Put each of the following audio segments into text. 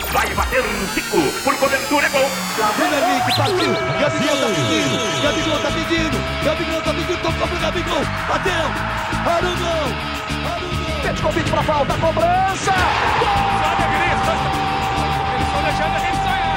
Vai bater um Zico, por cobertura, é gol. Gabriel Henrique partiu, Gabigol tá pedindo, tocou pro Gabigol, bateu, Arugão, Petkovic pra falta, cobrança. Gol! Sabe a grita, eles estão deixando a gente sonhar.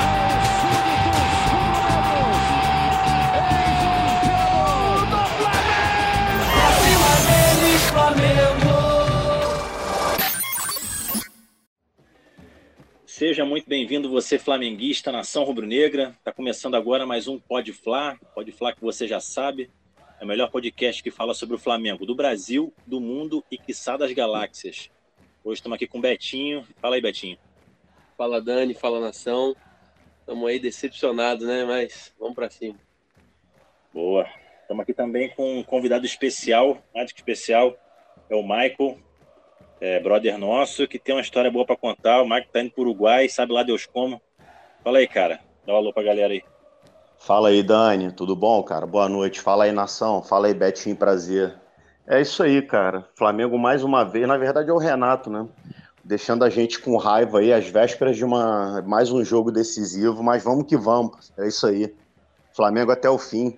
Seja muito bem-vindo, você flamenguista, nação rubro-negra. Está começando agora mais um Pode Fla que você já sabe. É o melhor podcast que fala sobre o Flamengo do Brasil, do mundo e quiçá das galáxias. Hoje estamos aqui com o Betinho. Fala aí, Betinho. Fala, Dani, fala, nação. Estamos aí decepcionados, né? Mas vamos para cima. Boa. Estamos aqui também com um convidado especial, mais do que especial, é o Michael. Brother nosso, que tem uma história boa para contar. O Marco tá indo pro Uruguai, sabe lá Deus como. Fala aí, cara. Dá um alô pra galera aí. Fala aí, Dani. Tudo bom, cara? Boa noite. Fala aí, nação. Fala aí, Betinho. Prazer. É isso aí, cara. Flamengo mais uma vez. Na verdade é o Renato, né? Deixando a gente com raiva aí, às vésperas de mais um jogo decisivo. Mas vamos que vamos. É isso aí. Flamengo até o fim.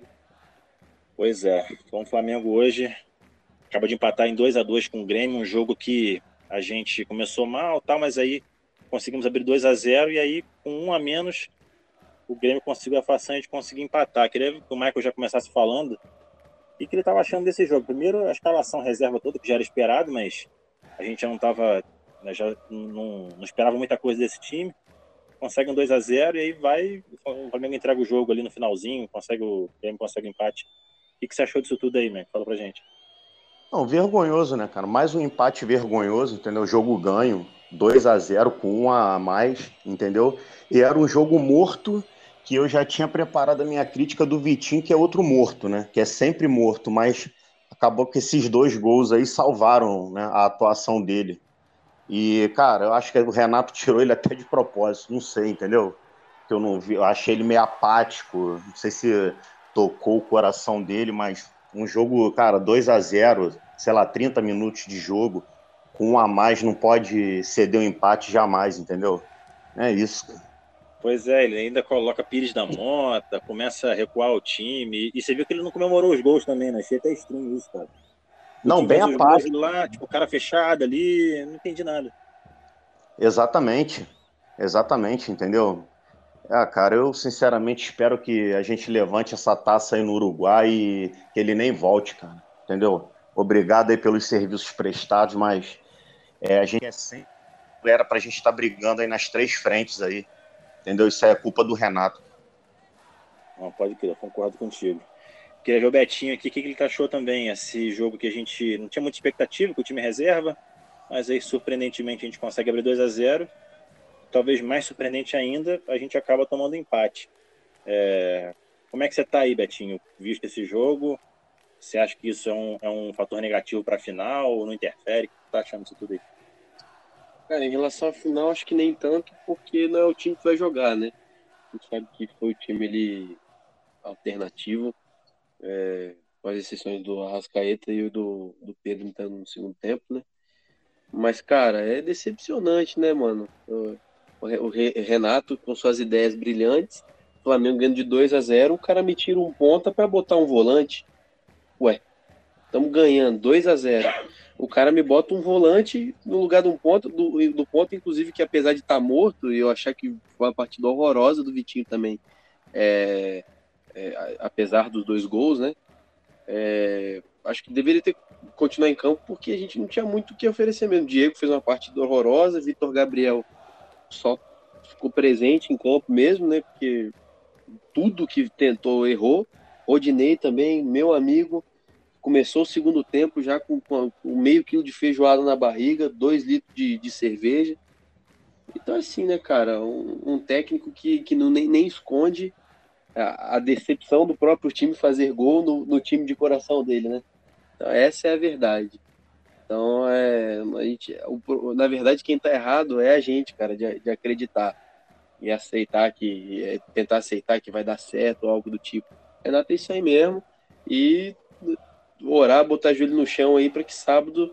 Pois é. Então o Flamengo hoje acaba de empatar em 2-2 com o Grêmio, um jogo que a gente começou mal, tal, mas aí conseguimos abrir 2-0 e aí com um a menos o Grêmio conseguiu a façanha de conseguir empatar. Queria que o Michael já começasse falando e que ele estava achando desse jogo. Primeiro, a escalação reserva toda, que já era esperado, mas a gente já não estava, já não esperava muita coisa desse time. Consegue um 2-0 e aí o Flamengo entrega o jogo ali no finalzinho, o Grêmio consegue o empate. O que você achou disso tudo aí, Michael? Fala pra gente. Não, vergonhoso, né, cara? Mais um empate vergonhoso, entendeu? Jogo ganho, 2-0 com um a mais, entendeu? E era um jogo morto que eu já tinha preparado a minha crítica do Vitinho, que é outro morto, né? Que é sempre morto, mas acabou que esses dois gols aí salvaram, né, a atuação dele. E, cara, eu acho que o Renato tirou ele até de propósito, não sei, entendeu? Que eu não vi, eu achei ele meio apático, não sei se tocou o coração dele, mas um jogo, cara, 2-0, sei lá, 30 minutos de jogo, com um a mais não pode ceder um empate jamais, entendeu? É isso. Pois é, ele ainda coloca Pires da Mota, começa a recuar o time, e você viu que ele não comemorou os gols também, né? Achei até estranho isso, cara. O Não, time bem faz os gols apático. lá, tipo, cara fechado ali, não entendi nada. Exatamente, entendeu? Cara, eu sinceramente espero que a gente levante essa taça aí no Uruguai e que ele nem volte, cara, entendeu? Obrigado aí pelos serviços prestados, mas a gente sempre era pra gente estar brigando aí nas três frentes aí, entendeu? Isso aí é culpa do Renato. Não, pode crer, eu concordo contigo. Queria ver o Betinho aqui, o que ele achou também, esse jogo que a gente não tinha muita expectativa, com o time reserva, mas aí surpreendentemente a gente consegue abrir 2-0. Talvez mais surpreendente ainda, a gente acaba tomando empate. Como é que você tá aí, Betinho? Visto esse jogo, você acha que isso é um fator negativo para a final ou não interfere? O que você tá achando disso tudo aí? Cara, em relação à final, acho que nem tanto, porque não é o time que vai jogar, né? A gente sabe que foi o time ele, alternativo, com as exceções do Arrascaeta e o do Pedro entrando no segundo tempo, né? Mas, cara, é decepcionante, né, mano? O Renato com suas ideias brilhantes, o Flamengo ganhando de 2-0, o cara me tira um ponta pra botar um volante. Ué, estamos ganhando 2-0. O cara me bota um volante no lugar de um ponto, do ponto, inclusive, que apesar de estar morto, e eu achar que foi uma partida horrorosa do Vitinho também, apesar dos dois gols, né? Acho que deveria ter continuar em campo porque a gente não tinha muito o que oferecer mesmo. Diego fez uma partida horrorosa, Vitor Gabriel só ficou presente em campo mesmo, né? Porque tudo que tentou errou. Rodinei também, meu amigo, começou o segundo tempo já com meio quilo de feijoada na barriga, 2 litros de cerveja. Então, assim, né, cara, um técnico que não, nem esconde a decepção do próprio time fazer gol no time de coração dele, né? Então, essa é a verdade. Então, na verdade, quem tá errado é a gente, cara, de acreditar e aceitar tentar aceitar que vai dar certo ou algo do tipo. Renato é isso aí mesmo e orar, botar joelho no chão aí para que sábado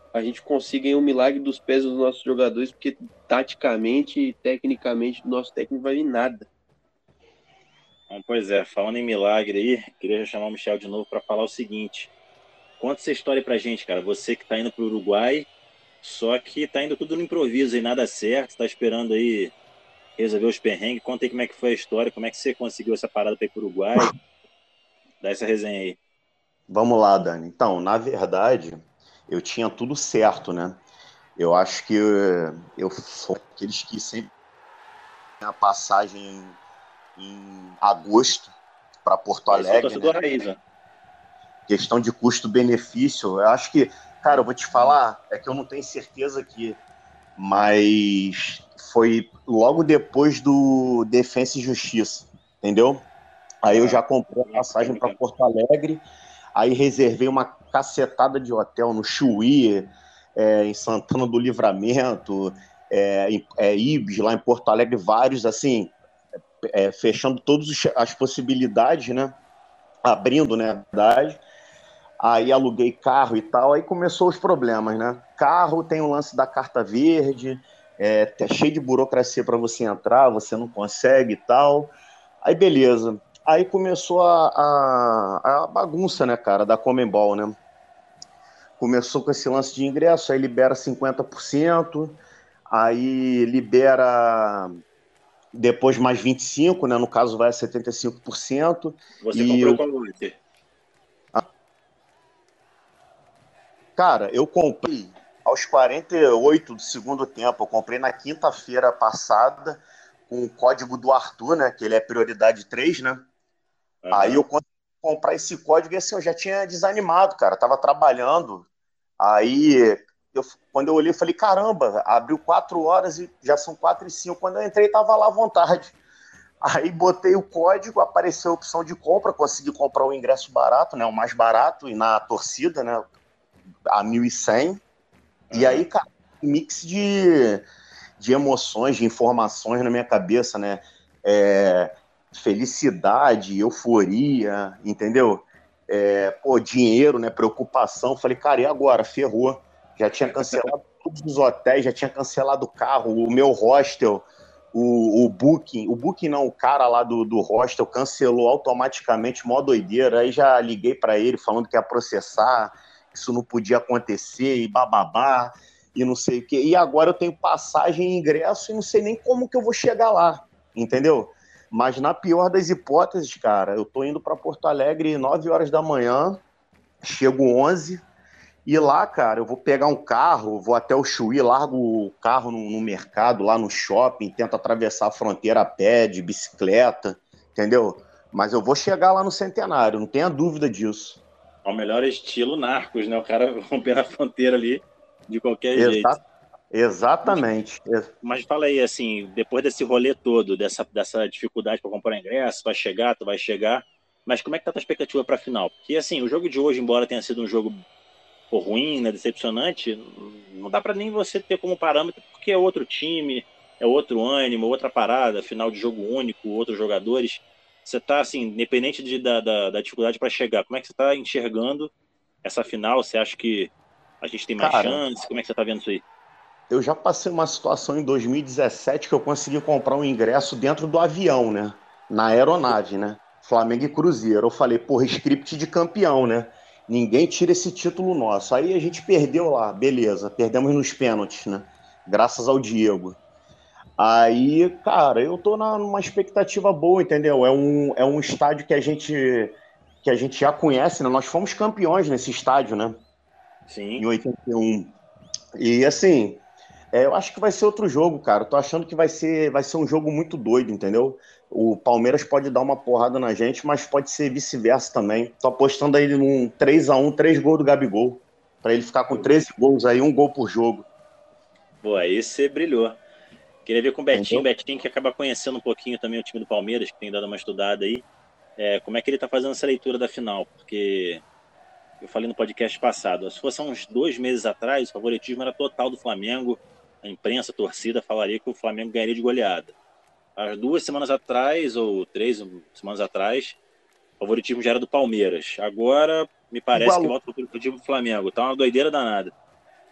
a gente consiga um milagre dos pés dos nossos jogadores, porque taticamente e tecnicamente o nosso técnico vai vir nada. Pois é, falando em milagre aí, queria chamar o Michel de novo para falar o seguinte. Conta essa história aí pra gente, cara. Você que tá indo pro Uruguai, só que tá indo tudo no improviso e nada certo, tá esperando aí resolver os perrengues. Conta aí como é que foi a história, como é que você conseguiu essa parada pra ir pro Uruguai. Dá essa resenha aí. Vamos lá, Dani. Então, na verdade, eu tinha tudo certo, né? Eu acho que eu sou aqueles que sempre têm a passagem em agosto para Porto Aí sou Alegre, né? torcedor raiz, ó. Questão de custo-benefício, eu acho que, cara, eu vou te falar, é que eu não tenho certeza aqui, mas foi logo depois do Defensa e Justiça, entendeu? Aí eu já comprei a passagem para Porto Alegre, aí reservei uma cacetada de hotel no Chuí, em Santana do Livramento, Ibis, lá em Porto Alegre, vários, assim, fechando todas as possibilidades, né? Abrindo, né, na verdade. Aí aluguei carro e tal, aí começou os problemas, né? Carro tem o lance da carta verde, tá cheio de burocracia para você entrar, você não consegue e tal. Aí beleza. Aí começou a bagunça, né, cara, da Conmebol, né? Começou com esse lance de ingresso, aí libera 50%, aí libera depois mais 25%, né? No caso vai a 75%. Você E comprou qual lote? cara, eu comprei aos 48 do segundo tempo. Eu comprei na quinta-feira passada com o código do Arthur, né? Que ele é prioridade 3, né? Aí eu consegui comprar esse código e assim, eu já tinha desanimado, cara. Tava trabalhando. Aí, quando eu olhei, eu falei, caramba, abriu 4 horas e já são 4h05. Quando eu entrei, tava lá à vontade. Aí botei o código, apareceu a opção de compra, consegui comprar o ingresso barato, né? O mais barato e na torcida, né? A 1.100. E aí, cara, um mix de emoções, de informações na minha cabeça, né? Felicidade, euforia, entendeu? Dinheiro, né? Preocupação. Falei, cara, e agora? Ferrou. Já tinha cancelado todos os hotéis, já tinha cancelado o carro, o meu hostel, o Booking. O Booking não, o cara lá do hostel cancelou automaticamente, mó doideira. Aí já liguei para ele falando que ia processar, isso não podia acontecer, e bababá, e não sei o quê. E agora eu tenho passagem e ingresso e não sei nem como que eu vou chegar lá, entendeu? Mas na pior das hipóteses, cara, eu tô indo para Porto Alegre 9 horas da manhã, chego 11, e lá, cara, eu vou pegar um carro, vou até o Chuí, largo o carro no mercado, lá no shopping, tento atravessar a fronteira a pé, de bicicleta, entendeu? Mas eu vou chegar lá no Centenário, não tenha dúvida disso. Ao melhor estilo Narcos, né? O cara rompendo a fronteira ali de qualquer jeito. Exatamente. Mas fala aí, assim, depois desse rolê todo, dessa dificuldade para comprar ingresso, tu vai chegar, mas como é que tá a tua expectativa para a final? Porque, assim, o jogo de hoje, embora tenha sido um jogo ruim, né, decepcionante, não dá para nem você ter como parâmetro, porque é outro time, é outro ânimo, outra parada, final de jogo único, outros jogadores. Você tá, assim, independente da dificuldade para chegar, como é que você tá enxergando essa final? Você acha que a gente tem mais Cara, chance? Como é que você tá vendo isso aí? eu já passei uma situação em 2017 que eu consegui comprar um ingresso dentro do avião, né? Na aeronave, né? Flamengo e Cruzeiro. Eu falei, porra, script de campeão, né? Ninguém tira esse título nosso. Aí a gente perdeu lá, beleza. Perdemos nos pênaltis, né? Graças ao Diego. Aí, cara, eu tô numa expectativa boa, entendeu? É um estádio que a gente já conhece, né? Nós fomos campeões nesse estádio, né? Sim. Em 81. E assim, eu acho que vai ser outro jogo, cara. Eu tô achando que vai ser um jogo muito doido, entendeu? O Palmeiras pode dar uma porrada na gente, mas pode ser vice-versa também. Tô apostando aí num 3-1, 3 gols do Gabigol, pra ele ficar com 13 gols aí, um gol por jogo. Pô, aí você brilhou. Queria ver com o Entendeu? Betinho que acaba conhecendo um pouquinho também o time do Palmeiras, que tem dado uma estudada aí. Como é que ele tá fazendo essa leitura da final? Porque eu falei no podcast passado, se fosse uns 2 meses atrás, o favoritismo era total do Flamengo. A imprensa, a torcida falaria que o Flamengo ganharia de goleada. Há 2 semanas atrás, ou 3 semanas atrás, o favoritismo já era do Palmeiras. Agora, me parece que Igual, volta o favoritismo do Flamengo. Tá uma doideira danada.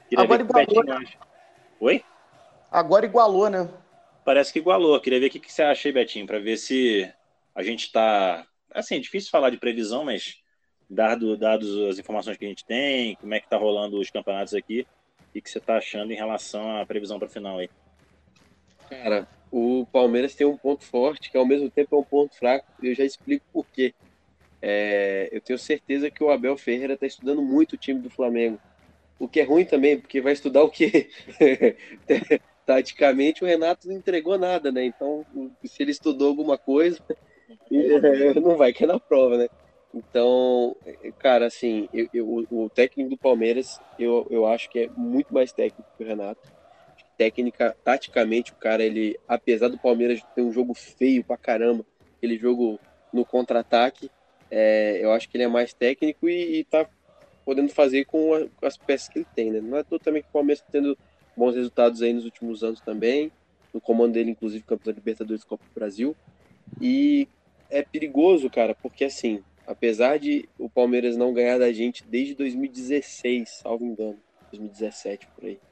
Queria ver Agora o que o igualou, Betinho né? acha. Oi? Agora igualou, né? Parece que igualou. Queria ver o que você acha aí, Betinho, para ver se a gente tá. Assim, é difícil falar de previsão, mas dados as informações que a gente tem, como é que tá rolando os campeonatos aqui, o que você tá achando em relação à previsão para final aí? Cara, o Palmeiras tem um ponto forte, que ao mesmo tempo é um ponto fraco, e eu já explico por quê. Eu tenho certeza que o Abel Ferreira está estudando muito o time do Flamengo. O que é ruim também, porque vai estudar o quê? Taticamente, o Renato não entregou nada, né? Então, se ele estudou alguma coisa, não vai cair na prova, né? Então, cara, assim, o técnico do Palmeiras, eu acho que é muito mais técnico que o Renato. Técnica, taticamente, o cara, ele, apesar do Palmeiras ter um jogo feio pra caramba, aquele jogo no contra-ataque, eu acho que ele é mais técnico e tá podendo fazer com as peças que ele tem, né? Não é tudo também que o Palmeiras tá tendo bons resultados aí nos últimos anos também, no comando dele, inclusive, campeão da Libertadores e Copa do Brasil. E é perigoso, cara, porque assim, apesar de o Palmeiras não ganhar da gente desde 2016, salvo engano, 2017 por aí.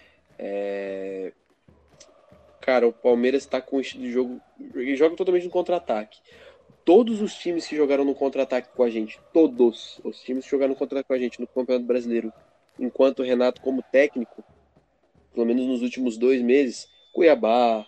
Cara, o Palmeiras está com um estilo de jogo. Ele joga totalmente no contra-ataque. Todos os times que jogaram no contra-ataque com a gente, todos os times que jogaram no contra-ataque com a gente no Campeonato Brasileiro, enquanto o Renato, como técnico, pelo menos nos últimos 2 meses, Cuiabá,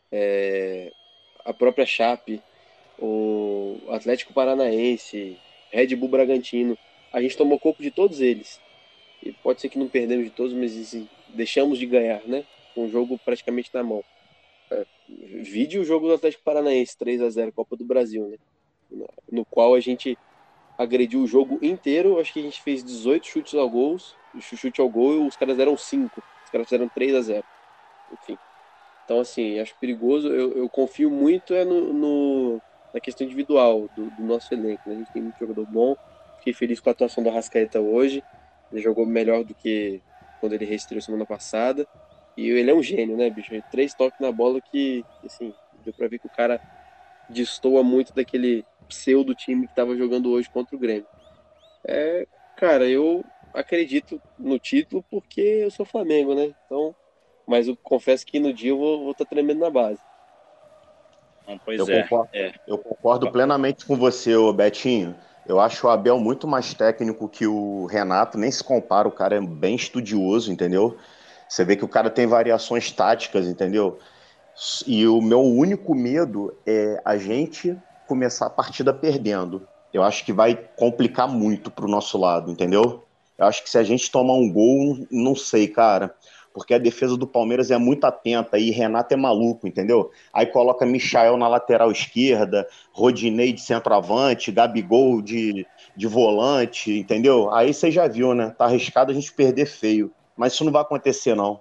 a própria Chape, o Atlético Paranaense, Red Bull Bragantino, a gente tomou corpo de todos eles. E pode ser que não perdemos de todos, mas assim, deixamos de ganhar, né? Com o jogo praticamente na mão. Vide o jogo do Atlético Paranaense, 3-0 Copa do Brasil, né? No qual a gente agrediu o jogo inteiro. Acho que a gente fez 18 chutes ao gol, chute ao gol, e os caras deram 5. Os caras fizeram 3-0. Enfim. Então, assim, acho perigoso. Eu confio muito na questão individual do nosso elenco, né? A gente tem muito jogador bom. Fiquei feliz com a atuação do Arrascaeta hoje. Ele jogou melhor do que quando ele reestreou semana passada. E ele é um gênio, né, bicho? 3 toques na bola que, assim, deu pra ver que o cara destoa muito daquele pseudo time que tava jogando hoje contra o Grêmio. Cara, eu acredito no título porque eu sou Flamengo, né? Então, mas eu confesso que no dia eu vou tá tremendo na base. Não, pois Eu é. concordo, eu concordo plenamente com você, ô Betinho. Eu acho o Abel muito mais técnico que o Renato, nem se compara, o cara é bem estudioso, entendeu? Você vê que o cara tem variações táticas, entendeu? E o meu único medo é a gente começar a partida perdendo. Eu acho que vai complicar muito pro nosso lado, entendeu? Eu acho que se a gente tomar um gol, não sei, cara. Porque a defesa do Palmeiras é muito atenta e Renato é maluco, entendeu? Aí coloca Michael na lateral esquerda, Rodinei de centroavante, Gabigol de volante, entendeu? Aí você já viu, né? Tá arriscado a gente perder feio. Mas isso não vai acontecer, não.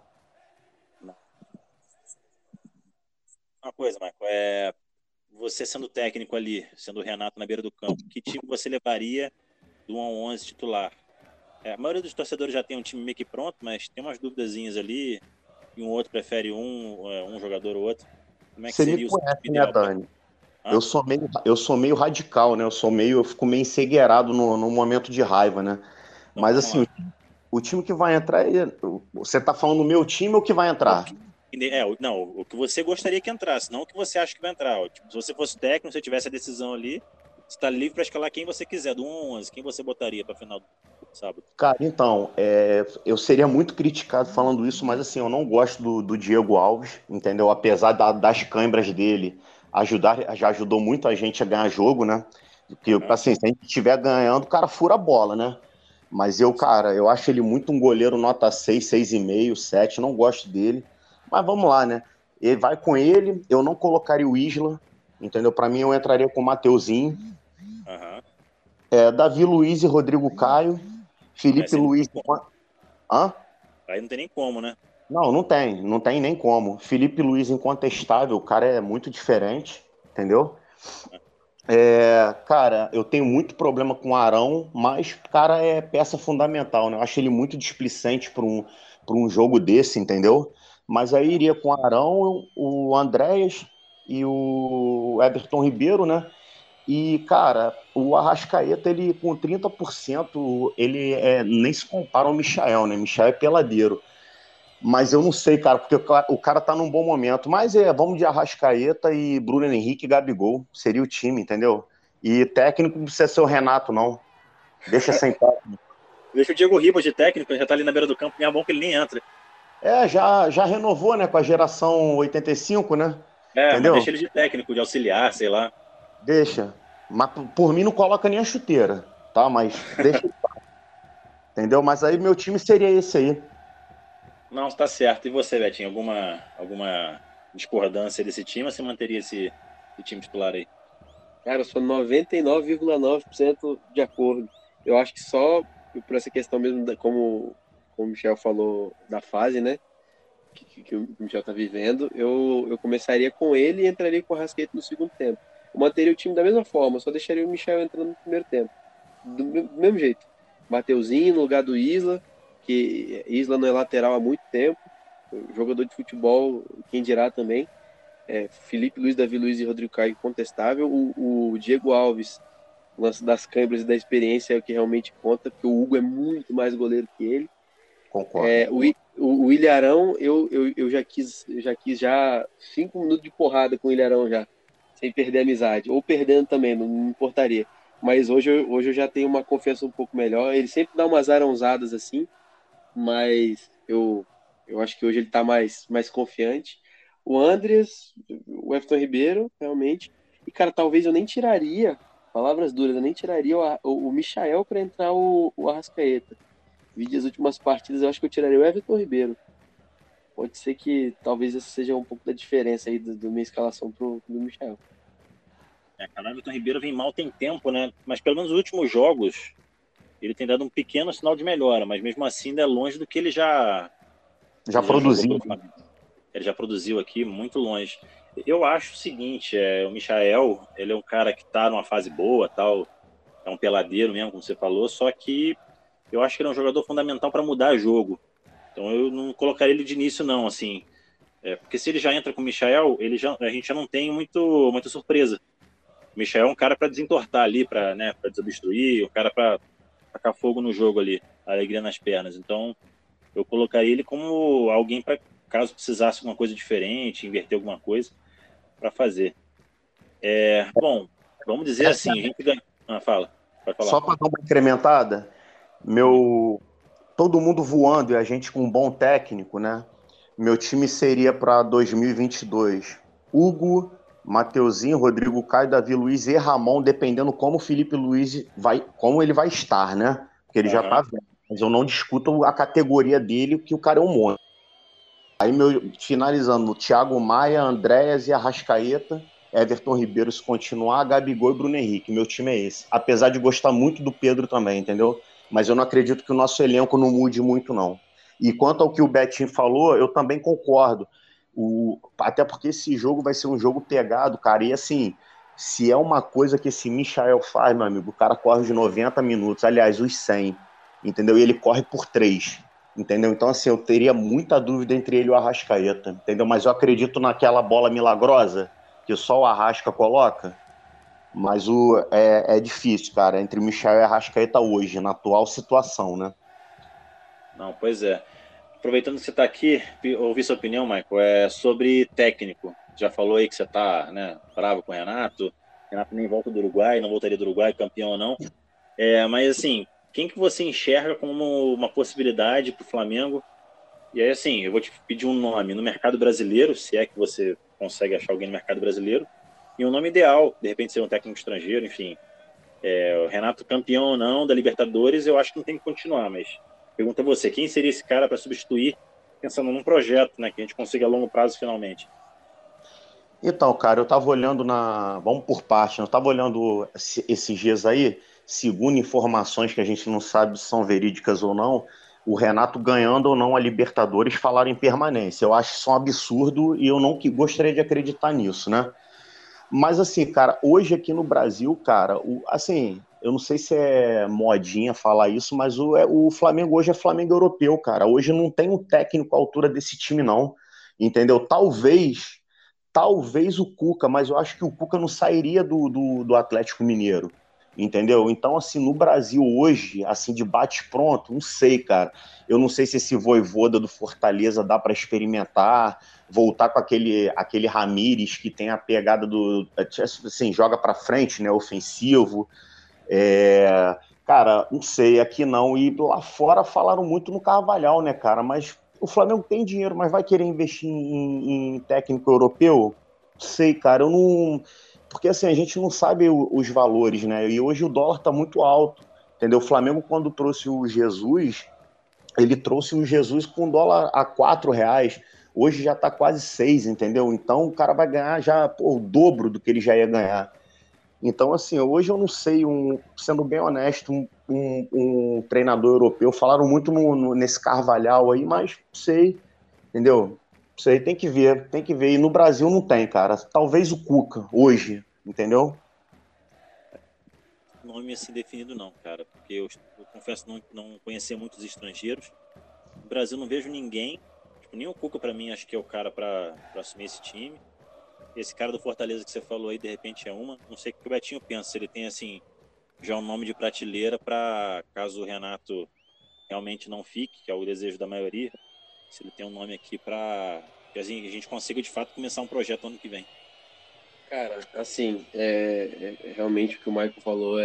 Uma coisa, Marco, você sendo técnico ali, sendo o Renato na beira do campo, que time você levaria do 1 ao 11 titular? A maioria dos torcedores já tem um time meio que pronto, mas tem umas duvidazinhas ali, e um outro prefere um jogador ou outro. Como é que Você me seria o seu conhece, time né, ideal? Dani? Eu sou meio radical, né? Eu fico meio encegueirado no momento de raiva, né? Então Mas vamos assim, lá. o time que vai entrar, você tá falando do meu time ou que vai entrar? Não, o que você gostaria que entrasse, não o que você acha que vai entrar. Tipo, se você fosse técnico, se você tivesse a decisão ali, você está livre para escalar quem você quiser, do 1 ao 11, quem você botaria para final do sábado? Cara, então, eu seria muito criticado falando isso, mas assim, eu não gosto do Diego Alves, entendeu? Apesar das câimbras dele já ajudou muito a gente a ganhar jogo, né? Porque, Uhum. assim, se a gente estiver ganhando, o cara fura a bola, né? Mas cara, eu acho ele muito um goleiro nota 6, 6,5, 7, não gosto dele. Mas vamos lá, né? Ele vai com ele, eu não colocaria o Isla, entendeu? Para mim, eu entraria com o Mateuzinho, Uhum. Davi Luiz e Rodrigo Caio, Mas Felipe você não tem Luiz. como. Hã? Aí não tem nem como, né? Não tem nem como. Felipe Luiz incontestável, o cara é muito diferente, entendeu? Cara, eu tenho muito problema com o Arão, mas o cara é peça fundamental, né? Eu acho ele muito displicente para um jogo desse, entendeu? Mas aí iria com o Arão, o Andréas e o Everton Ribeiro, né? E, cara, o Arrascaeta, ele com 30%, ele nem se compara ao Michael, né? Michael é peladeiro. Mas eu não sei, cara, porque o cara tá num bom momento. Mas vamos de Arrascaeta e Bruno Henrique e Gabigol. Seria o time, entendeu? E técnico não precisa ser o Renato, não. Deixa sem técnico. Deixa o Diego Ribas de técnico, ele já tá ali na beira do campo, nem é bom que ele nem entra. Já renovou, né, com a geração 85, né? Mas Entendeu? deixa ele de técnico, de auxiliar, sei lá. Deixa. Mas por mim não coloca nem a chuteira, tá? Mas deixa. Entendeu? Mas aí meu time seria esse aí. Não, tá certo. E você, Betinho, alguma discordância desse time ou você manteria esse time titular aí? Cara, eu sou 99,9% de acordo. Eu acho que só por essa questão mesmo, como o Michel falou, da fase, né? Que o Michel tá vivendo, eu começaria com ele e entraria com o Arrascaeta no segundo tempo. Eu manteria o time da mesma forma, só deixaria o Michel entrando no primeiro tempo. Do mesmo jeito. Mateuzinho no lugar do Isla, que Isla não é lateral há muito tempo. Jogador de futebol, quem dirá também. Felipe Luiz, Davi Luiz e Rodrigo Caio incontestável. O Diego Alves, o lance das câimbras e da experiência é o que realmente conta, porque o Hugo é muito mais goleiro que ele. Concordo. O Ilharão, eu já quis 5 minutos de porrada com o Ilharão já, sem perder a amizade, ou perdendo também, não me importaria. Mas hoje eu já tenho uma confiança um pouco melhor. Ele sempre dá umas arãozadas assim, mas eu acho que hoje ele tá mais confiante. O Andreas, o Everton Ribeiro, realmente. E, cara, talvez eu nem tiraria, palavras duras, eu nem tiraria o Michael para entrar o Arrascaeta. Vi as últimas partidas, eu acho que eu tiraria o Everton Ribeiro. Pode ser que talvez essa seja um pouco da diferença aí da minha escalação do Michael. Cara, o Everton Ribeiro vem mal tem tempo, né? Mas pelo menos nos últimos jogos ele tem dado um pequeno sinal de melhora, mas mesmo assim ainda é longe do que ele já produziu. Ele já produziu aqui, muito longe. Eu acho o seguinte, o Michael, ele é um cara que tá numa fase boa, tal, é um peladeiro mesmo, como você falou, só que eu acho que ele é um jogador fundamental para mudar jogo. Então eu não colocaria ele de início não, assim, porque se ele já entra com o Michael, a gente já não tem muita surpresa. O Michael é um cara para desentortar ali, para desobstruir, um cara para tacar fogo no jogo ali, alegria nas pernas. Então eu colocaria ele como alguém para, caso precisasse de alguma coisa diferente, inverter alguma coisa, para fazer. Bom, vamos dizer assim, a gente ganha. Fala, pode falar. Só para dar uma incrementada, todo mundo voando e a gente com um bom técnico, né? Meu time seria para 2022. Hugo, Mateuzinho, Rodrigo Caio, Davi Luiz e Ramon, dependendo como o Felipe Luiz como ele vai estar, né? Porque ele já tá vendo. Mas eu não discuto a categoria dele, que o cara é um monstro. Aí, finalizando, Thiago Maia, Andréas e Arrascaeta, Everton Ribeiro se continuar, Gabigol e Bruno Henrique. Meu time é esse. Apesar de gostar muito do Pedro também, entendeu? Mas eu não acredito que o nosso elenco não mude muito, não. E quanto ao que o Betinho falou, eu também concordo. Até porque esse jogo vai ser um jogo pegado, cara. E assim, se é uma coisa que esse Michael faz, meu amigo, o cara corre de 90 minutos, aliás, os 100, entendeu? E ele corre por 3, entendeu? Então, assim, eu teria muita dúvida entre ele e o Arrascaeta, entendeu? Mas eu acredito naquela bola milagrosa que só o Arrasca coloca. Mas é difícil, cara, entre o Michael e o Arrascaeta hoje, na atual situação, né? Não, pois é. Aproveitando que você está aqui, ouvi sua opinião, Michael, sobre técnico. Já falou aí que você está, né, bravo com o Renato. Renato nem volta do Uruguai, não voltaria do Uruguai, campeão ou não. Mas, assim, quem que você enxerga como uma possibilidade para o Flamengo? E aí, assim, eu vou te pedir um nome no mercado brasileiro, se é que você consegue achar alguém no mercado brasileiro, e um nome ideal, de repente ser um técnico estrangeiro, enfim. O Renato campeão ou não da Libertadores, eu acho que não tem que continuar, mas pergunta a você, quem seria esse cara para substituir, pensando num projeto, né, que a gente consiga a longo prazo finalmente? Então, cara, eu tava olhando vamos por parte, eu tava olhando esses dias aí, segundo informações que a gente não sabe se são verídicas ou não, o Renato ganhando ou não a Libertadores falaram em permanência. Eu acho isso um absurdo e eu não gostaria de acreditar nisso, né? Mas assim, cara, hoje aqui no Brasil, cara, assim, eu não sei se é modinha falar isso, mas o Flamengo hoje é Flamengo europeu, cara. Hoje não tem um técnico à altura desse time, não. Entendeu? Talvez talvez o Cuca, mas eu acho que o Cuca não sairia do Atlético Mineiro, entendeu? Então, assim, no Brasil hoje, assim, de bate-pronto, não sei, cara. Eu não sei se esse Vojvoda do Fortaleza dá para experimentar, voltar com aquele Ramires que tem a pegada assim, joga para frente, né, ofensivo. Cara, não sei, aqui não. E lá fora falaram muito no Carvalhal, né, cara? Mas o Flamengo tem dinheiro, mas vai querer investir em técnico europeu? Não sei, cara, eu não. Porque assim, a gente não sabe os valores, né? E hoje o dólar tá muito alto, entendeu? O Flamengo, quando trouxe o Jesus, ele trouxe o Jesus com dólar a R$ 4. Hoje já tá quase 6, entendeu? Então o cara vai ganhar já o dobro do que ele já ia ganhar. Então, assim, hoje eu não sei, sendo bem honesto, um treinador europeu. Falaram muito nesse Carvalhal aí, mas não sei, entendeu? Não sei, tem que ver, tem que ver. E no Brasil não tem, cara. Talvez o Cuca, hoje, entendeu? Nome assim definido não, cara, porque eu confesso não conhecer muitos estrangeiros. No Brasil não vejo ninguém, tipo, nem o Cuca pra mim acho que é o cara pra assumir esse time. Esse cara do Fortaleza que você falou aí, de repente é uma. Não sei o que o Betinho pensa, se ele tem assim já um nome de prateleira para caso o Renato realmente não fique, que é o desejo da maioria, se ele tem um nome aqui para que assim, a gente consiga de fato começar um projeto ano que vem. Cara, assim, realmente o que o Michael falou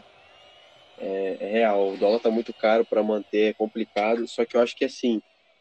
é real. O dólar tá muito caro para manter, é complicado. Só que eu acho que, assim,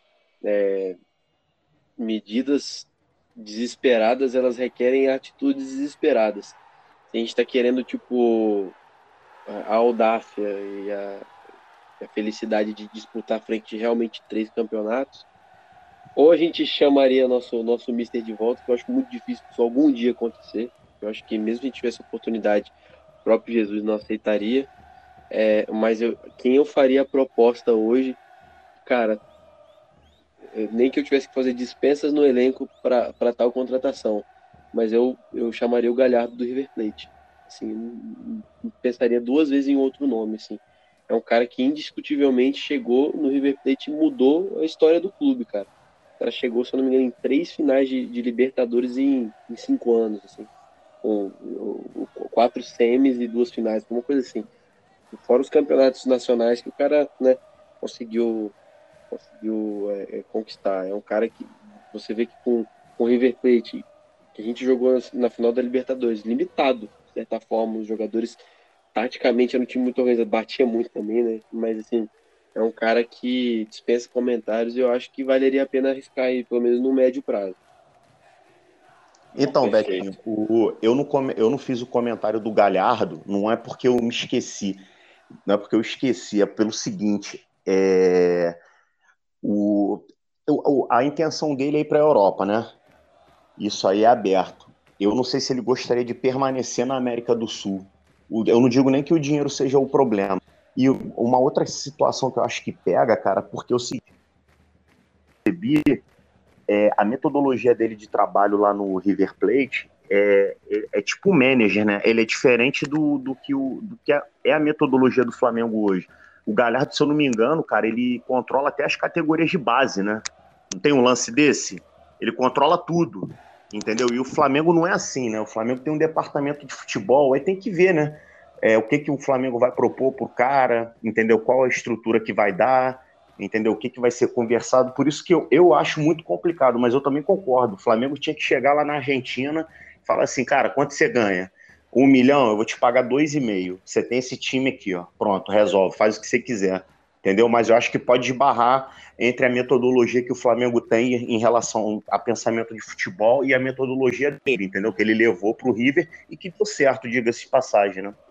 medidas desesperadas, elas requerem atitudes desesperadas. Se a gente tá querendo, tipo, a audácia e a felicidade de disputar à frente de realmente 3 campeonatos, ou a gente chamaria nosso Mister de volta, que eu acho muito difícil isso algum dia acontecer. Eu acho que mesmo que a gente tivesse oportunidade, o próprio Jesus não aceitaria. Mas quem eu faria a proposta hoje, cara, nem que eu tivesse que fazer dispensas no elenco para tal contratação, mas eu chamaria o Galhardo do River Plate. Assim, não pensaria 2 vezes em outro nome, assim. É um cara que indiscutivelmente chegou no River Plate e mudou a história do clube, cara. O cara chegou, se eu não me engano, em 3 finais de Libertadores em 5 anos, assim. Com 4 semis e 2 finais, uma coisa assim. Fora os campeonatos nacionais que o cara, né, conseguiu conquistar. É um cara que você vê que com o River Plate, que a gente jogou na final da Libertadores, limitado, de certa forma, os jogadores taticamente era um time muito organizado, batia muito também, né? Mas assim, é um cara que dispensa comentários e eu acho que valeria a pena arriscar aí, pelo menos no médio prazo. Então, Betinho, Perfeito. eu não fiz o comentário do Galhardo, não é porque eu me esqueci, não é porque eu esqueci, é pelo seguinte, o, a intenção dele é ir para a Europa, né? Isso aí é aberto. Eu não sei se ele gostaria de permanecer na América do Sul. Eu não digo nem que o dinheiro seja o problema. E uma outra situação que eu acho que pega, cara, porque eu percebi a metodologia dele de trabalho lá no River Plate é tipo o manager, né? Ele é diferente do que é a metodologia do Flamengo hoje. O Galhardo, se eu não me engano, cara, ele controla até as categorias de base, né? Não tem um lance desse? Ele controla tudo, entendeu? E o Flamengo não é assim, né? O Flamengo tem um departamento de futebol, aí tem que ver, né? O que o Flamengo vai propor pro cara, entendeu? Qual a estrutura que vai dar, entendeu? O que vai ser conversado. Por isso que eu acho muito complicado, mas eu também concordo. O Flamengo tinha que chegar lá na Argentina e falar assim, cara, quanto você ganha? 1 milhão, eu vou te pagar 2,5. Você tem esse time aqui, ó. Pronto, resolve, faz o que você quiser. Entendeu? Mas eu acho que pode esbarrar entre a metodologia que o Flamengo tem em relação a pensamento de futebol e a metodologia dele, entendeu? Que ele levou para o River e que deu certo, diga-se de passagem, né?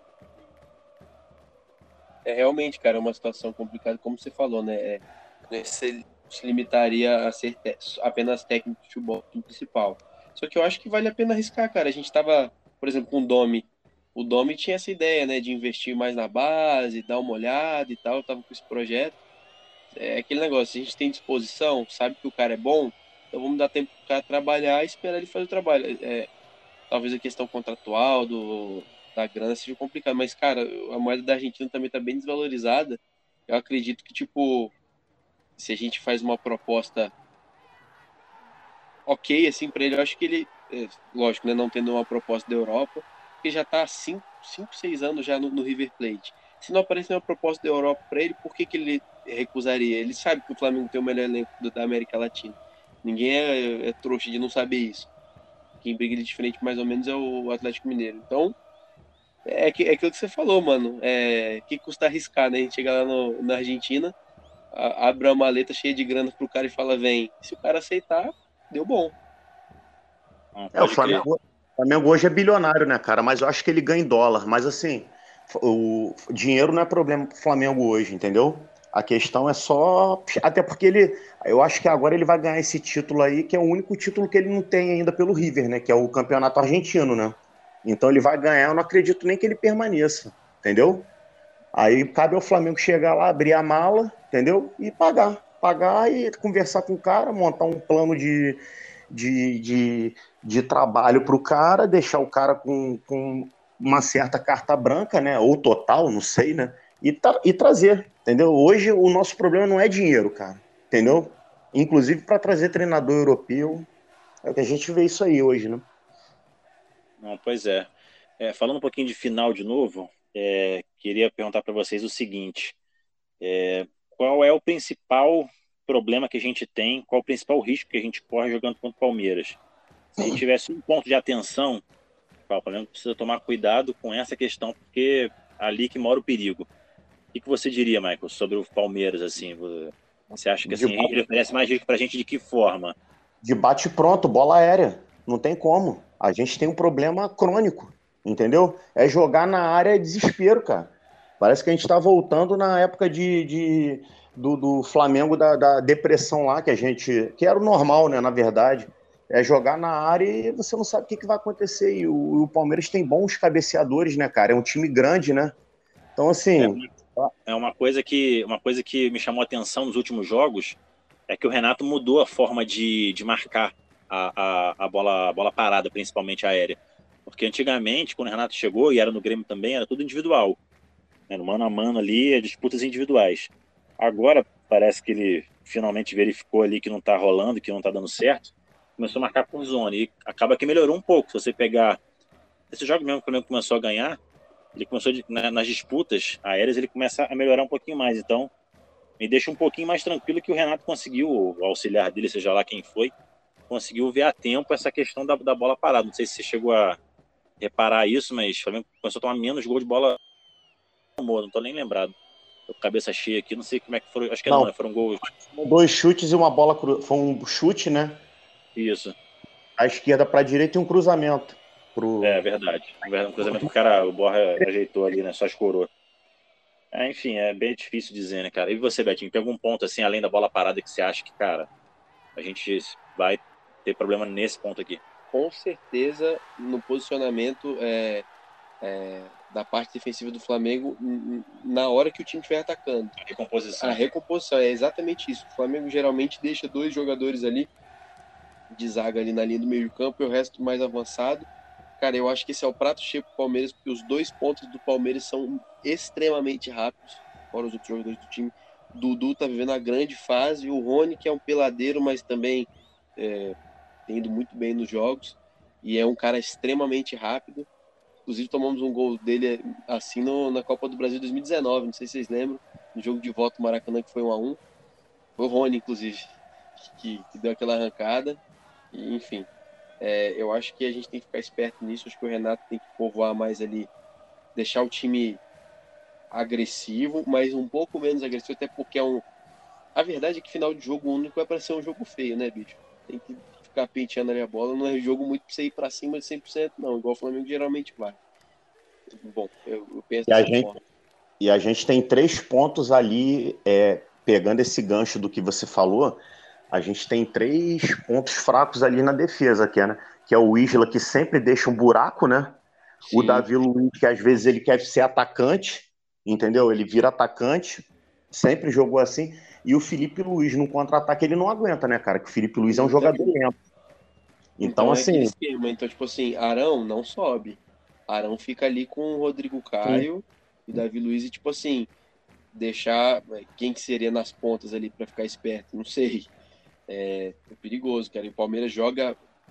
Realmente, cara, é uma situação complicada, como você falou, né? Você se limitaria a ser apenas técnico de futebol principal. Só que eu acho que vale a pena arriscar, cara. A gente tava, por exemplo, com o Domi. O Domi tinha essa ideia, né, de investir mais na base, dar uma olhada e tal. Tava com esse projeto. É aquele negócio, a gente tem disposição, sabe que o cara é bom, então vamos dar tempo pro cara trabalhar e esperar ele fazer o trabalho. Talvez a questão contratual da grana seja complicada, mas, cara, a moeda da Argentina também tá bem desvalorizada. Eu acredito que, tipo, se a gente faz uma proposta ok, assim, para ele, eu acho que ele lógico, né, não tendo uma proposta da Europa, porque já está há 5, 6 anos já no River Plate. Se não aparecer uma proposta da Europa para ele, por que ele recusaria? Ele sabe que o Flamengo tem o melhor elenco da América Latina. Ninguém é trouxa de não saber isso. Quem briga de frente mais ou menos é o Atlético Mineiro. Então, é aquilo que você falou, mano. Que custa arriscar, né? A gente chega lá na Argentina, abre uma maleta cheia de grana pro cara e fala, vem. Se o cara aceitar, deu bom. O Pode crer. Flamengo hoje é bilionário, né, cara? Mas eu acho que ele ganha em dólar. Mas assim, o dinheiro não é problema pro Flamengo hoje, entendeu? A questão é só. Até porque ele. Eu acho que agora ele vai ganhar esse título aí, que é o único título que ele não tem ainda pelo River, né? Que é o campeonato argentino, né? Então ele vai ganhar, eu não acredito nem que ele permaneça, entendeu? Aí cabe ao Flamengo chegar lá, abrir a mala, entendeu? E pagar. Pagar e conversar com o cara, montar um plano de, de, de trabalho para o cara, deixar o cara com uma certa carta branca, né? Ou total, não sei, né? E trazer, entendeu? Hoje o nosso problema não é dinheiro, cara, entendeu? Inclusive para trazer treinador europeu, é que a gente vê isso aí hoje, né? Não, pois é. Falando um pouquinho de final de novo, queria perguntar para vocês o seguinte: qual é o principal problema que a gente tem, qual o principal risco que a gente corre jogando contra o Palmeiras? Se a gente tivesse um ponto de atenção, o Flamengo precisa tomar cuidado com essa questão, porque é ali que mora o perigo. O que você diria, Michael, sobre o Palmeiras? Assim, você acha que De, assim, ele oferece mais risco para a gente de que forma? de bate pronto, bola aérea. Não tem como. A gente tem um problema crônico, entendeu? É jogar na área é desespero, cara. Parece que a gente está voltando na época do Flamengo da depressão lá, que era o normal, né, na verdade. É jogar na área e você não sabe o que vai acontecer. E o Palmeiras tem bons cabeceadores, né, cara? É um time grande, né? Então, É, assim, uma coisa que me chamou a atenção nos últimos jogos é que o Renato mudou a forma de marcar a bola parada, principalmente aérea. Porque antigamente, quando o Renato chegou, e era no Grêmio também, era tudo individual. Né? No mano a mano ali, disputas individuais. Agora, parece que ele finalmente verificou ali que não tá rolando, que não tá dando certo. Começou a marcar por zona. E acaba que melhorou um pouco. Se você pegar esse jogo mesmo que o Flamengo começou a ganhar, ele começou nas disputas aéreas, ele começa a melhorar um pouquinho mais. Então, me deixa um pouquinho mais tranquilo que o Renato conseguiu, o auxiliar dele, seja lá quem foi, conseguiu ver a tempo essa questão da bola parada. Não sei se você chegou a reparar isso, mas o Flamengo começou a tomar menos gol de bola. Não tô nem lembrado. Tô com a cabeça cheia aqui, não sei como é que foram. Acho que não, não, né? Foram gols. dois chutes e uma bola. Foi um chute, né? Isso. À esquerda para a direita e um cruzamento. É verdade. Um cruzamento que o Borja ajeitou ali, né? Só escorou. Enfim, é bem difícil dizer, né, cara? E você, Betinho, tem algum ponto, assim, além da bola parada, que você acha que, cara, a gente vai ter problema nesse ponto aqui? Com certeza, no posicionamento da parte defensiva do Flamengo, na hora que o time estiver atacando. Recomposição. A recomposição é exatamente isso. O Flamengo geralmente deixa 2 jogadores ali de zaga ali na linha do meio campo e o resto mais avançado. Cara, eu acho que esse é o prato cheio pro Palmeiras, porque os 2 pontos do Palmeiras são extremamente rápidos, fora os outros jogadores do time. Dudu tá vivendo a grande fase, o Rony, que é um peladeiro, mas também tem ido muito bem nos jogos, e é um cara extremamente rápido. Inclusive, tomamos um gol dele assim na Copa do Brasil 2019, não sei se vocês lembram, no jogo de volta do Maracanã, que foi 1-1. Foi o Rony, inclusive, que deu aquela arrancada. E, enfim, eu acho que a gente tem que ficar esperto nisso. Acho que o Renato tem que povoar mais ali, deixar o time agressivo, mas um pouco menos agressivo, até porque a verdade é que final de jogo único é para ser um jogo feio, né, bicho? Tem que ficar penteando ali a bola, não é jogo muito pra você ir para cima de 100%, não, igual o Flamengo geralmente vai. Bom, eu penso E a dessa gente, forma. e a gente tem 3 pontos ali, pegando esse gancho do que você falou, a gente tem 3 pontos fracos ali na defesa, né? Que é o Isla, que sempre deixa um buraco, né? O Sim. Davi Luiz, que às vezes ele quer ser atacante, entendeu? Ele vira atacante, sempre jogou assim. E o Felipe Luiz, no contra-ataque, ele não aguenta, né, cara? Que o Felipe Luiz é um jogador lento. Então, Então é aquele assim, esquema. Então, tipo assim, Arão não sobe. Arão fica ali com o Rodrigo sim. Caio e Davi Luiz e, tipo assim, deixar quem que seria nas pontas ali para ficar esperto, não sei. É perigoso, cara. E o Palmeiras joga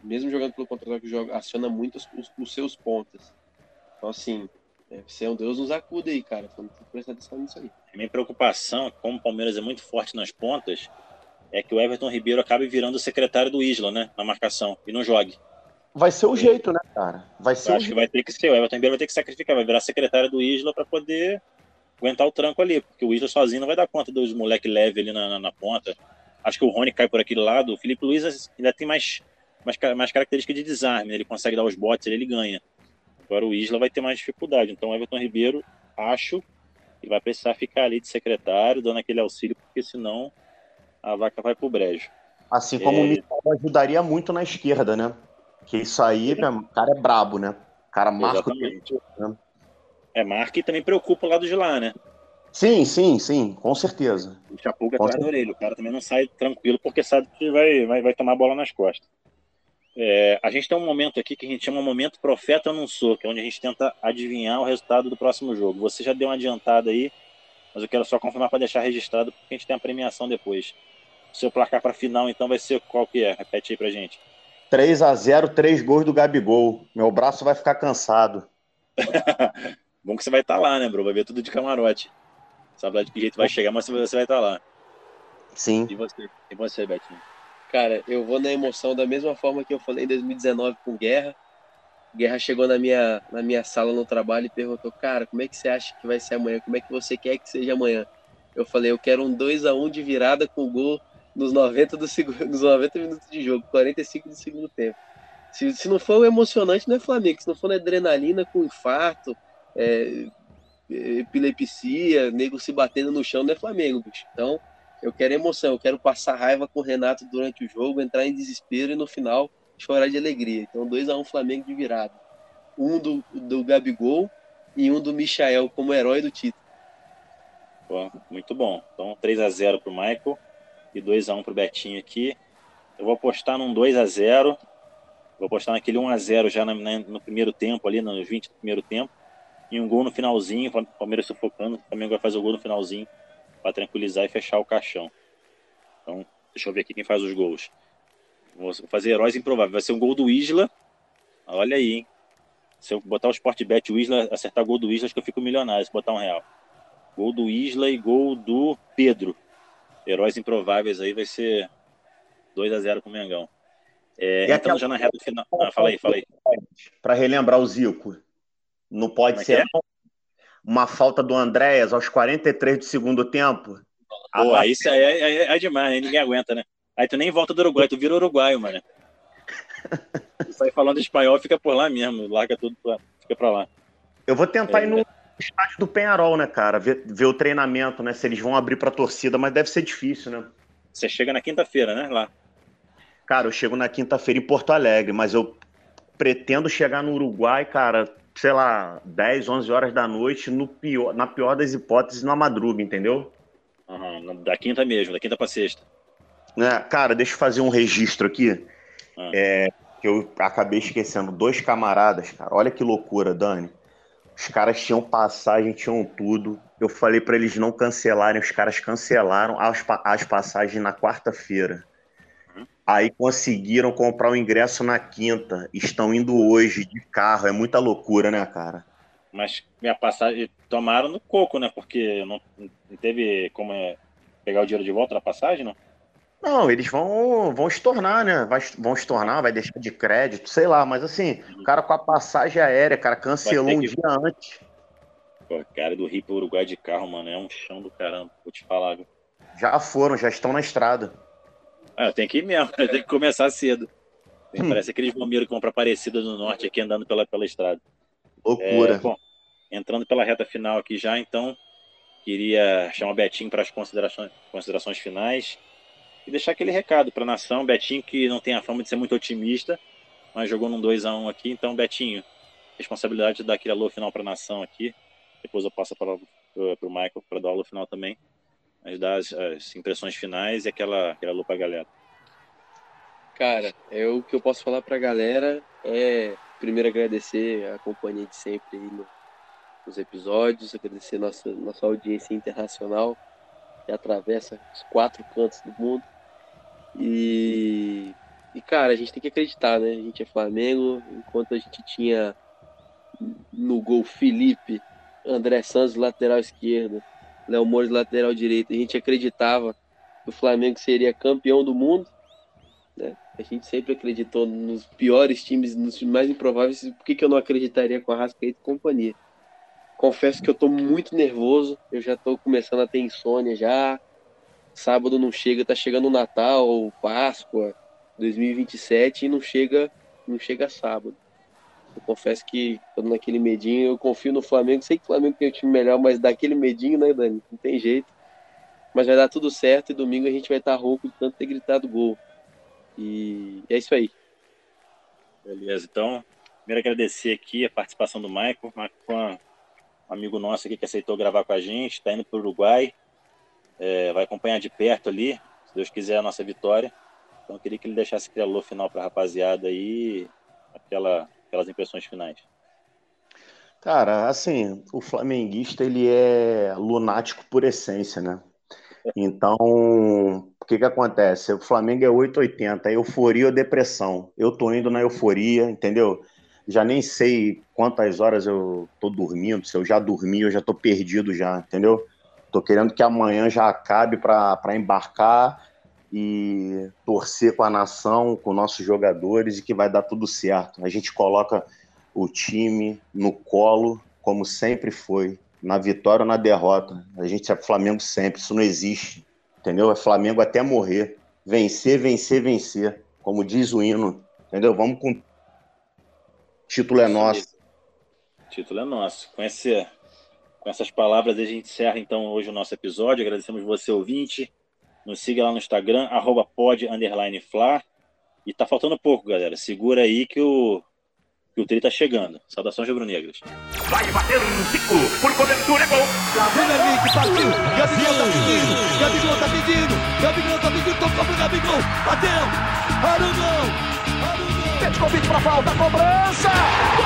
mesmo jogando pelo contra-ataque, aciona muito os seus pontas. Então, assim, você é um Deus nos acuda aí, cara. Então, tem que prestar atenção nisso aí. A minha preocupação, como o Palmeiras é muito forte nas pontas, é que o Everton Ribeiro acabe virando o secretário do Isla, né? Na marcação, e não jogue. Vai ser o jeito, né, cara? Vai ser Eu o acho que jeito. vai ter que ser. O Everton Ribeiro vai ter que sacrificar, vai virar secretário do Isla para poder aguentar o tranco ali, porque o Isla sozinho não vai dar conta dos moleque leve ali na ponta. Acho que o Rony cai por aquele lado. O Felipe Luiz ainda tem mais característica de desarme, né? Ele consegue dar os botes, ele ganha. Agora o Isla vai ter mais dificuldade. Então o Everton Ribeiro, acho que vai precisar ficar ali de secretário, dando aquele auxílio, porque senão a vaca vai pro brejo. Assim como o Michel ajudaria muito na esquerda, né? Que isso aí, o cara é brabo, né? O cara marca o tempo Exatamente. todo, né? Marca e também preocupa o lado de lá, né? Sim, com certeza. Deixa a pulga Com atrás da certeza. orelha. O cara também não sai tranquilo porque sabe que vai tomar a bola nas costas. A gente tem um momento aqui que a gente chama momento profeta num soco, onde a gente tenta adivinhar o resultado do próximo jogo. Você já deu uma adiantada aí, mas eu quero só confirmar para deixar registrado, porque a gente tem a premiação depois. O seu placar para final, então, vai ser qual que é? Repete aí pra gente. 3-0, 3 gols do Gabigol. Meu braço vai ficar cansado. Bom que você vai estar lá, né, bro? Vai ver tudo de camarote. Sabe lá de que jeito vai chegar, mas você vai estar lá. Sim. E você, Betinho? Cara, eu vou na emoção da mesma forma que eu falei em 2019 com o Guerra. Guerra chegou na minha sala no trabalho e perguntou: cara, como é que você acha que vai ser amanhã? Como é que você quer que seja amanhã? Eu falei: eu quero um 2-1 de virada com gol nos 90 minutos de jogo, 45 do segundo tempo. Se não for emocionante, não é Flamengo. Se não for na adrenalina com infarto, epilepsia, nego se batendo no chão, não é Flamengo, bicho. Então, eu quero emoção, eu quero passar raiva com o Renato durante o jogo, entrar em desespero e no final chorar de alegria. Então, 2-1 Flamengo de virada. Um do Gabigol e um do Michael como herói do título. Pô, muito bom. Então, 3-0 pro Michael e 2-1 pro Betinho aqui. Eu vou apostar num 2-0. Vou apostar naquele 1-0 já no primeiro tempo, ali nos 20 do primeiro tempo. E um gol no finalzinho, o Palmeiras sufocando. O Flamengo vai fazer o gol no finalzinho para tranquilizar e fechar o caixão. Então, deixa eu ver aqui quem faz os gols. Vou fazer heróis improváveis. Vai ser um gol do Isla. Olha aí, hein? Se eu botar o Sportbet, o Isla, acertar gol do Isla, acho que eu fico milionário se botar R$1. Gol do Isla e gol do Pedro. Heróis improváveis aí vai ser 2-0 com o Mengão. Entrando já na reta final. Fala aí. Para relembrar o Zico. Não pode Como é que ser é? uma falta do Andréas aos 43 do segundo tempo. Pô, aí isso aí é demais, né? Ninguém aguenta, né? Aí tu nem volta do Uruguai, tu vira uruguaio, mano. Tu sai falando espanhol, fica por lá mesmo, larga tudo, fica pra lá. Eu vou tentar ir no estádio do Penharol, né, cara? Ver o treinamento, né? Se eles vão abrir pra torcida, mas deve ser difícil, né? Você chega na quinta-feira, né? Lá. Cara, eu chego na quinta-feira em Porto Alegre, mas eu pretendo chegar no Uruguai, cara, sei lá, 10, 11 horas da noite, na pior das hipóteses, na madruga, entendeu? Uhum, da quinta mesmo, da quinta pra sexta. Cara, deixa eu fazer um registro aqui, que eu acabei esquecendo. 2 camaradas, cara, olha que loucura, Dani. Os caras tinham passagem, tinham tudo. Eu falei pra eles não cancelarem, os caras cancelaram as passagens na quarta-feira. Aí conseguiram comprar o ingresso na quinta. Estão indo hoje de carro. É muita loucura, né, cara? Mas minha passagem tomaram no coco, né? Porque não teve como pegar o dinheiro de volta da passagem, não? Não, eles vão estornar, né? Vão estornar, vai deixar de crédito, sei lá. Mas assim, o cara com a passagem aérea, cara, cancelou um dia antes. Pô, cara, do Rio pro Uruguai de carro, mano, é um chão do caramba. Vou te falar, viu? Já estão na estrada. Eu tenho que ir mesmo, eu tenho que começar cedo. Parece aqueles bombeiros que vão pra Aparecida do Norte aqui andando pela estrada. Loucura. Bom, entrando pela reta final aqui já, então, queria chamar o Betinho para as considerações finais e deixar aquele recado para a nação. Betinho, que não tem a fama de ser muito otimista, mas jogou num 2-1 aqui. Então, Betinho, responsabilidade de dar aquele alô final para a nação aqui. Depois eu passo a palavra para o Michael para dar o alô final também. Mas dar as impressões finais e aquele alô para a galera. Cara, o que eu posso falar pra galera é, primeiro, agradecer a companhia de sempre aí nos episódios, agradecer nossa audiência internacional que atravessa os 4 cantos do mundo e E, cara, a gente tem que acreditar, né? A gente é Flamengo, enquanto a gente tinha no gol Felipe, André Santos, lateral esquerdo, Léo Moura, lateral direito, a gente acreditava que o Flamengo seria campeão do mundo, né? A gente sempre acreditou nos piores times, nos times mais improváveis. Por que eu não acreditaria com a Arrascaeta e companhia? Confesso que eu tô muito nervoso, eu já tô começando a ter insônia já. Sábado não chega, tá chegando o Natal, Páscoa, 2027 e não chega sábado. Eu confesso que tô naquele medinho, eu confio no Flamengo, sei que o Flamengo tem um time melhor, mas dá aquele medinho, né, Dani? Não tem jeito. Mas vai dar tudo certo e domingo a gente vai estar rouco de tanto ter gritado gol. E é isso aí. Beleza, então, primeiro agradecer aqui a participação do Michael. Michael foi um amigo nosso aqui que aceitou gravar com a gente, está indo para o Uruguai, vai acompanhar de perto ali, se Deus quiser, a nossa vitória. Então, eu queria que ele deixasse aquele alô final para a rapaziada aí, aquelas impressões finais. Cara, assim, o flamenguista, ele é lunático por essência, né? Então, o que acontece? O Flamengo é 880, é euforia ou depressão. Eu tô indo na euforia, entendeu? Já nem sei quantas horas eu tô dormindo, se eu já dormi, eu já tô perdido já, entendeu? Tô querendo que amanhã já acabe para embarcar e torcer com a nação, com nossos jogadores e que vai dar tudo certo. A gente coloca o time no colo, como sempre foi. Na vitória ou na derrota. A gente é Flamengo sempre, isso não existe, entendeu? É Flamengo até morrer. Vencer, vencer, vencer. Como diz o hino, entendeu? Vamos com... O título é nosso. O título é nosso. Com essas palavras a gente encerra então hoje o nosso episódio. Agradecemos você, ouvinte. Nos siga lá no Instagram, @pod_fla. E tá faltando pouco, galera. Segura aí que o tri tá chegando. Saudações rubro-negras. Vai bater um pico, por cobertura é gol. Bruno Henrique partiu, Gabigol tá pedindo, Gabigol tá pedindo, tocou pro Gabigol, bateu, Arugão, Petkovic pra falta, cobrança.